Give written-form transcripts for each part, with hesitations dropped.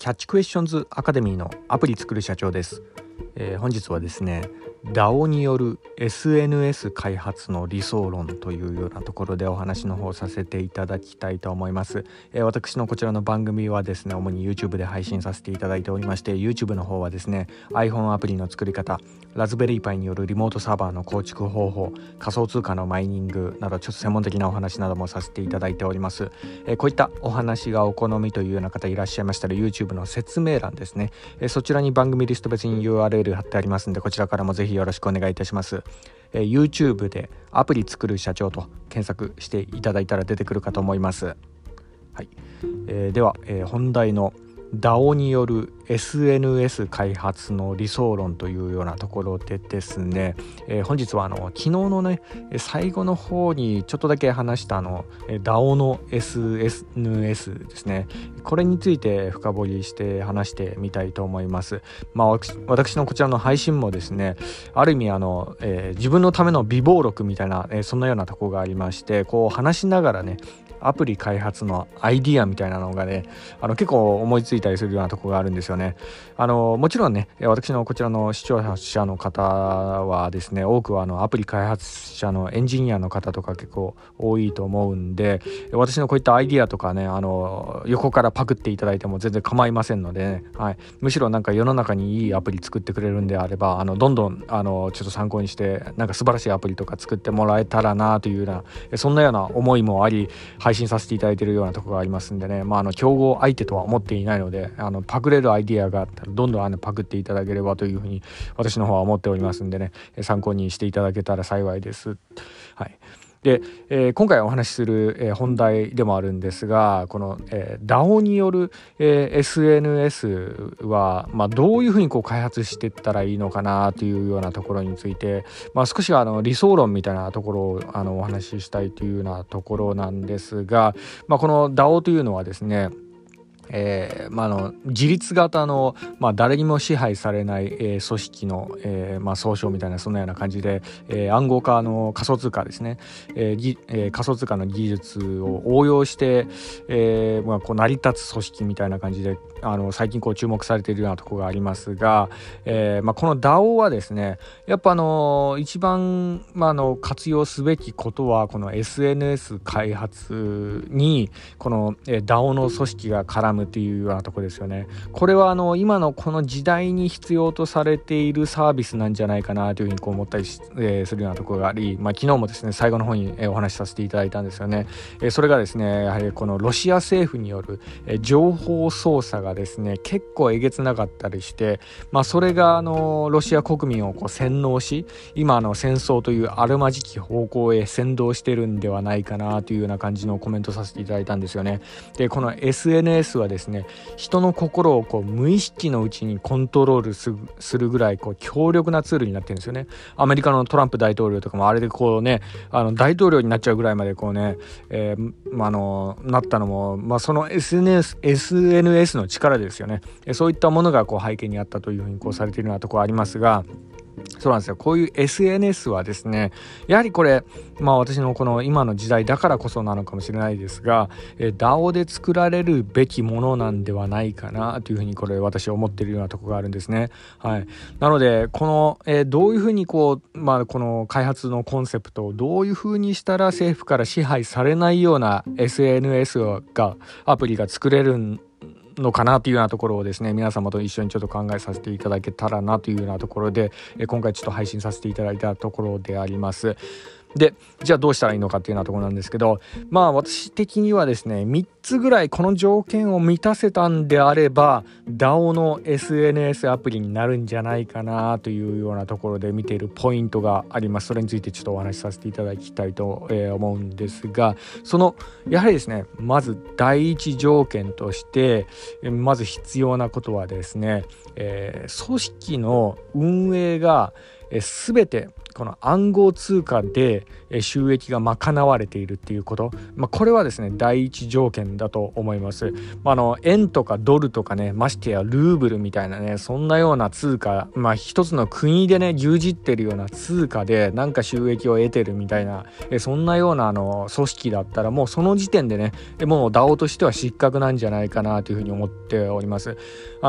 キャッチクエスチョンズアカデミーのアプリ作る社長です。本日はですね DAO による SNS 開発の理想論というようなところでお話の方させていただきたいと思います。私のこちらの番組はですね主に YouTube で配信させていただいておりまして、 YouTube の方はですね iPhone アプリの作り方、ラズベリーパイによるリモートサーバーの構築方法、仮想通貨のマイニングなどちょっと専門的なお話などもさせていただいております。こういったお話がお好みというような方いらっしゃいましたら YouTube の説明欄ですね、そちらに番組リスト別に URL 貼ってありますので、こちらからもぜひよろしくお願いいたします。YouTube でアプリ作る社長と検索していただいたら出てくるかと思います。はい。では、本題の DAO による SNS 開発の理想論というようなところでですね、本日は昨日のね最後の方にちょっとだけ話したDAO の SNS ですね、これについて深掘りして話してみたいと思います。私のこちらの配信もですね、ある意味自分のための備忘録みたいな、そんなようなところがありまして、こう話しながらねアプリ開発のアイディアみたいなのがね結構思いついたりするようなところがあるんですよね。もちろんね私のこちらの視聴者の方はですね、多くはアプリ開発者のエンジニアの方とか結構多いと思うんで、私のこういったアイディアとかね横からパクっていただいても全然構いませんので、ね、はい、むしろなんか世の中にいいアプリ作ってくれるんであればどんどんちょっと参考にしてなんか素晴らしいアプリとか作ってもらえたらなというようなそんなような思いもあり配信させていただいているようなところがありますんでね、競合相手とは思っていないのでパクれるアイディアがあったらどんどんパクっていただければというふうに私の方は思っておりますんでね、参考にしていただけたら幸いです。はい。で、今回お話しする、本題でもあるんですが、この、DAO による、SNS は、どういうふうにこう開発していったらいいのかなというようなところについて、少し理想論みたいなところをお話ししたいというようなところなんですが、この DAO というのはですね、自立型の、誰にも支配されない、組織の、総称みたいなそんなような感じで、暗号化の仮想通貨ですね、仮想通貨の技術を応用して、こう成り立つ組織みたいな感じで最近こう注目されているようなところがありますが、この DAO はですねやっぱ一番、活用すべきことはこの SNS 開発にこの、DAO の組織が絡むっていうようなところですよね。これは今のこの時代に必要とされているサービスなんじゃないかなというふうにこう思ったりするようなところがあり、昨日もですね最後の方にお話しさせていただいたんですよね。それがですねやはりこのロシア政府による情報操作がですね結構えげつなかったりして、それがロシア国民をこう洗脳し、今戦争というあるまじき方向へ先導してるんではないかなというような感じのコメントさせていただいたんですよね。でこの SNS はですね人の心をこう無意識のうちにコントロールするぐらいこう強力なツールになってるんですよね。アメリカのトランプ大統領とかもあれでこうね大統領になっちゃうぐらいまでこうね、なったのも、その SNS の力ですよね。そういったものがこう背景にあったというふうにこうされているようなところありますが、そうなんですよ。こういう SNS はですねやはりこれ私のこの今の時代だからこそなのかもしれないですが、DAO で作られるべきものなんではないかなというふうにこれ私は思っているようなところがあるんですね。はい。なのでこの、どういうふうにこう、この開発のコンセプトをどういうふうにしたら政府から支配されないような SNS がアプリが作れるのかなというようなところをですね皆様と一緒にちょっと考えさせていただけたらなというようなところで今回ちょっと配信させていただいたところであります。でじゃあどうしたらいいのかっていうようなところなんですけど、私的にはですね3つぐらいこの条件を満たせたんであれば DAO の SNS アプリになるんじゃないかなというようなところで見ているポイントがあります。それについてちょっとお話しさせていただきたいと思うんですが、やはりですねまず第一条件としてまず必要なことはですね、組織の運営が全てこの暗号通貨で収益が賄われているっていうこと、これはですね第一条件だと思います。円とかドルとかね、ましてやルーブルみたいなね、そんなような通貨、一つの国でね牛耳ってるような通貨でなんか収益を得てるみたいな、そんなような組織だったらもうその時点でねもう DAO としては失格なんじゃないかなというふうに思っております。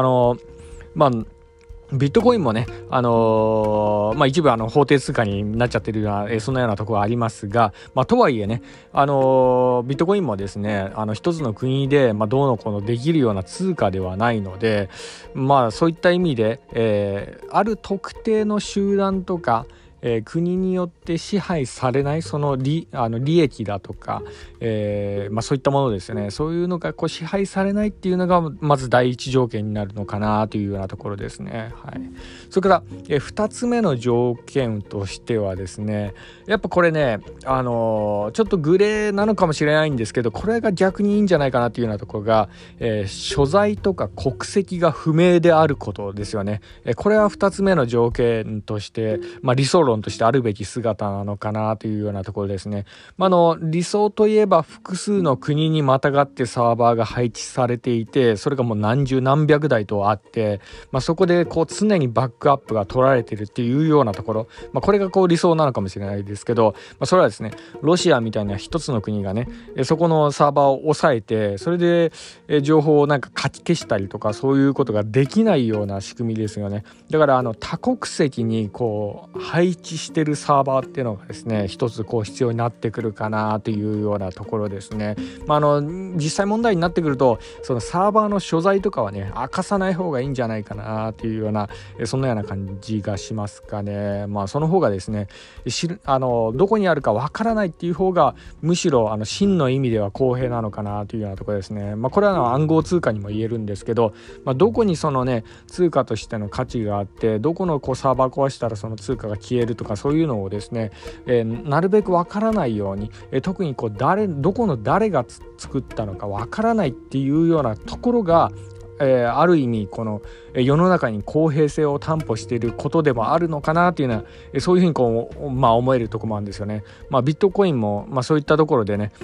ビットコインもね、一部法定通貨になっちゃってるような、そんなようなところはありますが、とはいえね、ビットコインもですね、一つの国で、どうのこうのできるような通貨ではないので、そういった意味で、ある特定の集団とか、国によって支配されないその利益だとか、そういったものですよね。そういうのが支配されないっていうのがまず第一条件になるのかなというようなところですね。はい。それから、2つ目の条件としてはですね、やっぱこれね、ちょっとグレーなのかもしれないんですけど、これが逆にいいんじゃないかなというようなところが、所在とか国籍が不明であることですよね。これは2つ目の条件として、理想論としてあるべき姿なのかなというようなところですね。理想といえば複数の国にまたがってサーバーが配置されていて、それがもう何十何百台とあって、そこで常にバックアップが取られてるっていうようなところ、これが理想なのかもしれないですけど、それはですねロシアみたいな一つの国がねそこのサーバーを抑えて、それで情報をなんかかき消したりとか、そういうことができないような仕組みですよね。だから多国籍に配置してるサーバーっていうのがですね一つ必要になってくるかなというようなところですね。実際問題になってくるとそのサーバーの所在とかはね明かさない方がいいんじゃないかなというようなそんなような感じがしますかね。その方がですねどこにあるかわからないっていう方がむしろ真の意味では公平なのかなというようなところですね。これは暗号通貨にも言えるんですけど、どこにそのね通貨としての価値があって、どこのサーバー壊したらその通貨が消えるとか、そういうのをですね、なるべくわからないように、特にどこの誰が作ったのかわからないっていうようなところがある意味この世の中に公平性を担保していることでもあるのかなというのは、そういうふうに思えるところもあるんですよね。ビットコインも、そういったところでね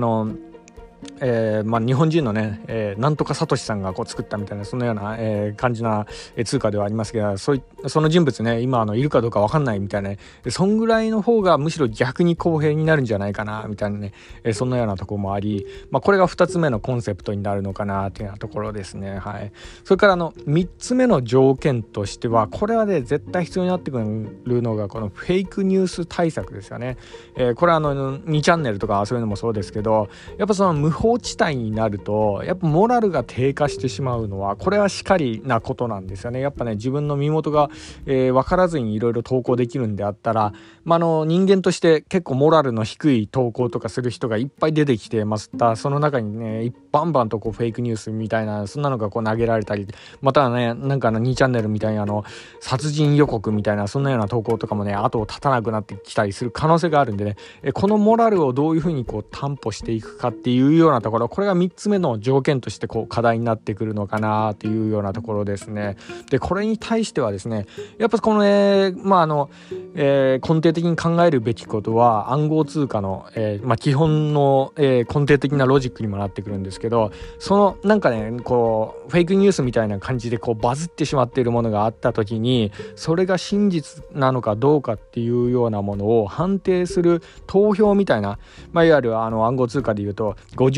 日本人のね、なんとかサトシさんが作ったみたいなそんなような、感じな通貨ではありますけど、その人物ね今いるかどうか分かんないみたいな、そんぐらいの方がむしろ逆に公平になるんじゃないかなみたいなね、そんなようなところもあり、これが2つ目のコンセプトになるのかなというようなところですね。はい。それから3つ目の条件としては、これはね絶対必要になってくるのがこのフェイクニュース対策ですよね。これは2チャンネルとかそういうのもそうですけど、やっぱその無法地帯になるとやっぱモラルが低下してしまうのはこれはしかりなことなんですよね。やっぱね自分の身元が、分からずにいろいろ投稿できるんであったら、人間として結構モラルの低い投稿とかする人がいっぱい出てきてました。その中にねバンバンとフェイクニュースみたいなそんなのが投げられたり、またはねなんか2チャンネルみたいに殺人予告みたいなそんなような投稿とかもね後を絶たなくなってきたりする可能性があるんでね、このモラルをどういうふうに担保していくかっていうようなところ、これが3つ目の条件として課題になってくるのかなというようなところですね。でこれに対してはですねやっぱこの、根底的に考えるべきことは暗号通貨の、基本の、根底的なロジックにもなってくるんですけど、そのなんかねフェイクニュースみたいな感じでバズってしまっているものがあった時に、それが真実なのかどうかっていうようなものを判定する投票みたいな、いわゆる暗号通貨でいうと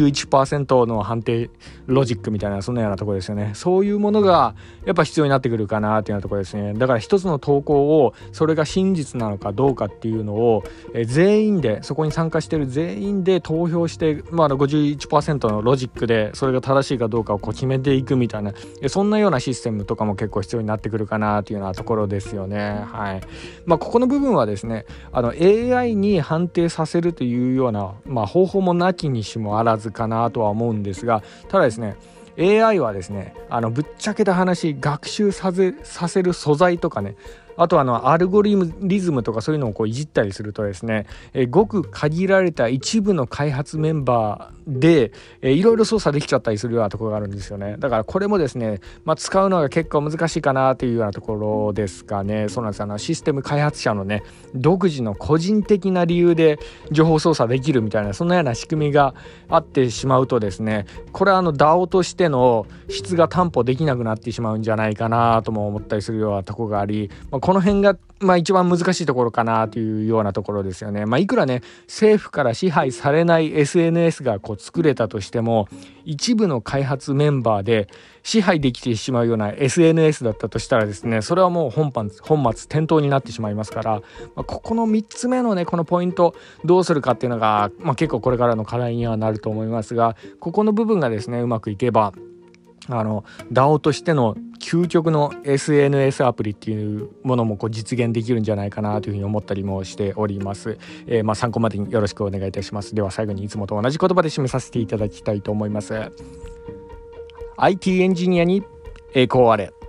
51% の判定ロジックみたいなそんなようなところですよね。そういうものがやっぱ必要になってくるかなっていうようなところですね。だから一つの投稿をそれが真実なのかどうかっていうのを全員でそこに参加している全員で投票して、51% のロジックでそれが正しいかどうかを決めていくみたいな、そんなようなシステムとかも結構必要になってくるかなというようなところですよね。はい。ここの部分はですねAI に判定させるというような、方法もなきにしもあらずかなとは思うんですが、ただですねAI はですねぶっちゃけた話学習させる素材とかねあとアルゴリズムとかそういうのをこういじったりするとですね、ごく限られた一部の開発メンバーで、いろいろ操作できちゃったりするようなところがあるんですよね。だからこれもですね、使うのが結構難しいかなというようなところですかね。そうなんです。システム開発者のね、独自の個人的な理由で情報操作できるみたいな、そんなような仕組みがあってしまうとですね、これはDAO としての質が担保できなくなってしまうんじゃないかなとも思ったりするようなところがあり、この辺が一番難しいところかなというようなところですよね。いくらね、政府から支配されない SNS がこう作れたとしても、一部の開発メンバーで支配できてしまうような SNS だったとしたらですね、それはもう本末転倒になってしまいますから、ここの3つ目のね、このポイントどうするかっていうのが、結構これからの課題にはなると思いますが、ここの部分がですねうまくいけばDAO としての究極の SNS アプリっていうものもこう実現できるんじゃないかなというふうに思ったりもしております。参考までによろしくお願いいたします。では最後にいつもと同じ言葉で締めさせていただきたいと思います。IT エンジニアに栄光あれ。